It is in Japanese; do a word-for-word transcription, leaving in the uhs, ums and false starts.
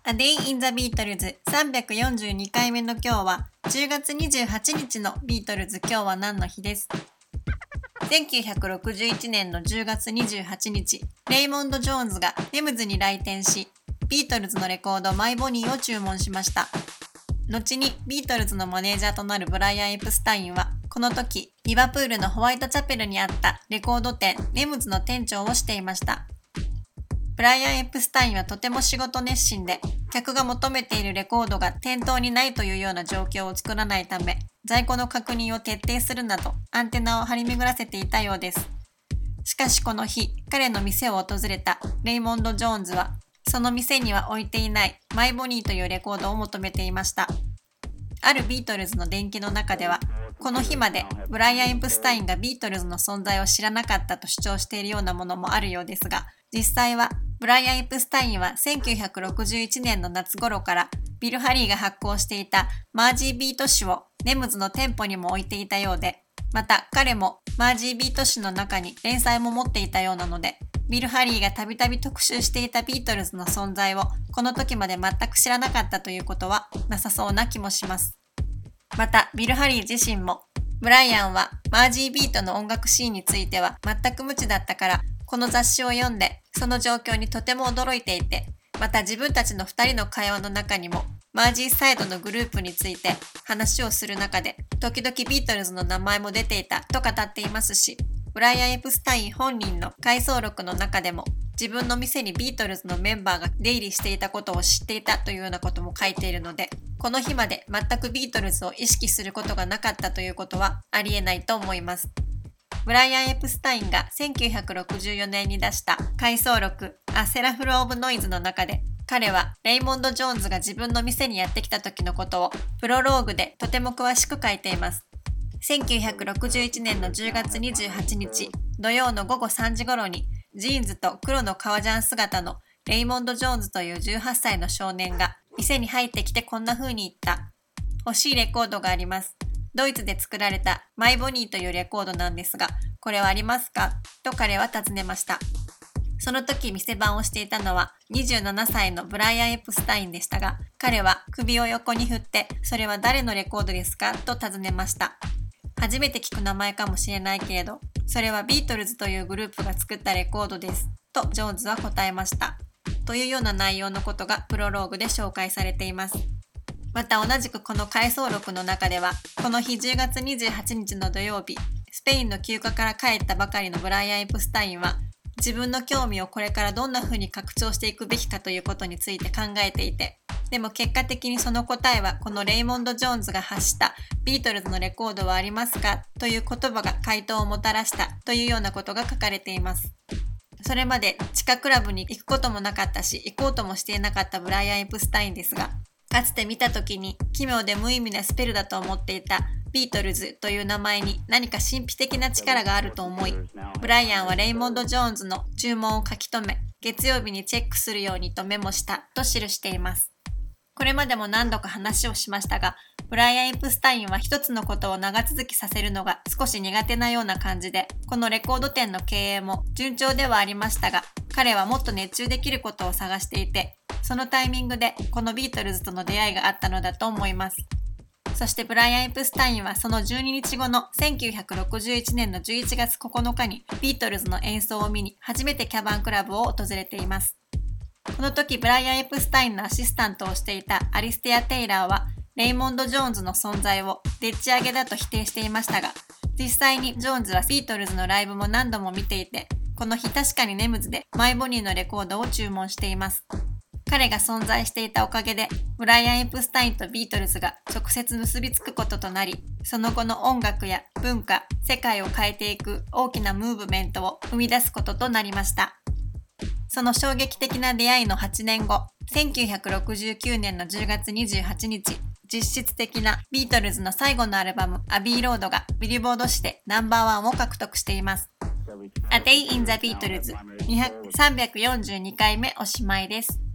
A Day in the Beatles さんびゃくよんじゅうにかいめの今日はじゅうがつにじゅうはちにちのビートルズ今日は何の日です。せんきゅうひゃくろくじゅういちねんのじゅうがつにじゅうはちにち、レイモンド・ジョーンズがテムズに来店し、ビートルズのレコードマイボニーを注文しました。後にビートルズのマネージャーとなるブライアン・エプスタインは、この時、リバプールのホワイトチャペルにあったレコード店ネムズの店長をしていました。ブライアン・エプスタインはとても仕事熱心で、客が求めているレコードが店頭にないというような状況を作らないため、在庫の確認を徹底するなどアンテナを張り巡らせていたようです。しかしこの日、彼の店を訪れたレイモンド・ジョーンズは、その店には置いていないマイボニーというレコードを求めていました。あるビートルズの伝記の中では、この日までブライアン・エプスタインがビートルズの存在を知らなかったと主張しているようなものもあるようですが、実際はブライアン・エプスタインはせんきゅうひゃくろくじゅういちねんの夏頃からビル・ハリーが発行していたマージービート誌をネムズの店舗にも置いていたようで、また彼もマージービート誌の中に連載も持っていたようなので、ビル・ハリーがたびたび特集していたビートルズの存在をこの時まで全く知らなかったということはなさそうな気もします。またビル・ハリー自身も、ブライアンはマージービートの音楽シーンについては全く無知だったから、この雑誌を読んでその状況にとても驚いていて、また自分たちのふたりの会話の中にもマージーサイドのグループについて話をする中で時々ビートルズの名前も出ていたと語っていますし、ブライアン・エプスタイン本人の回想録の中でも自分の店にビートルズのメンバーが出入りしていたことを知っていたというようなことも書いているので、この日まで全くビートルズを意識することがなかったということはありえないと思います。ブライアン・エプスタインがせんきゅうひゃくろくじゅうよねんに出した回想録アセラフル・オブ・ノイズの中で、彼はレイモンド・ジョーンズが自分の店にやってきた時のことをプロローグでとても詳しく書いています。せんきゅうひゃくろくじゅういちねんのじゅうがつにじゅうはちにち土曜のごごさんじ頃に、ジーンズと黒の革ジャン姿のレイモンド・ジョーンズというじゅうはっさいの少年が店に入ってきてこんな風に言った。欲しいレコードがあります。ドイツで作られたマイボニーというレコードなんですが、これはありますかと彼は尋ねました。その時店番をしていたのはにじゅうななさいのブライアン・エプスタインでしたが、彼は首を横に振って、それは誰のレコードですかと尋ねました。初めて聞く名前かもしれないけれど、それはビートルズというグループが作ったレコードですとジョーンズは答えました。というような内容のことがプロローグで紹介されています。また同じくこの回想録の中では、この日じゅうがつにじゅうはちにちの土曜日、スペインの休暇から帰ったばかりのブライアン・エプスタインは、自分の興味をこれからどんな風に拡張していくべきかということについて考えていて、でも結果的にその答えはこのレイモンド・ジョーンズが発したビートルズのレコードはありますかという言葉が回答をもたらしたというようなことが書かれています。それまで地下クラブに行くこともなかったし、行こうともしていなかったブライアン・エプスタインですが、かつて見た時に奇妙で無意味なスペルだと思っていたビートルズという名前に何か神秘的な力があると思い、ブライアンはレイモンド・ジョーンズの注文を書き留め、月曜日にチェックするようにとメモしたと記しています。これまでも何度か話をしましたが、ブライアン・エプスタインは一つのことを長続きさせるのが少し苦手なような感じで、このレコード店の経営も順調ではありましたが、彼はもっと熱中できることを探していて、そのタイミングでこのビートルズとの出会いがあったのだと思います。そしてブライアン・エプスタインはそのじゅうににちごのせんきゅうひゃくろくじゅういちねんのじゅういちがつここのかにビートルズの演奏を見に初めてキャバンクラブを訪れています。この時ブライアン・エプスタインのアシスタントをしていたアリステア・テイラーはレイモンド・ジョーンズの存在をでっち上げだと否定していましたが、実際にジョーンズはビートルズのライブも何度も見ていて、この日確かにネムズでマイボニーのレコードを注文しています。彼が存在していたおかげで、ブライアン・エプスタインとビートルズが直接結びつくこととなり、その後の音楽や文化、世界を変えていく大きなムーブメントを生み出すこととなりました。その衝撃的な出会いのはちねんご、せんきゅうひゃくろくじゅうきゅうねんのじゅうがつにじゅうはちにち、実質的なビートルズの最後のアルバム、アビーロードがビルボード誌でナンバーワンを獲得しています。A Day in the Beatles さんびゃくよんじゅうにかいめおしまいです。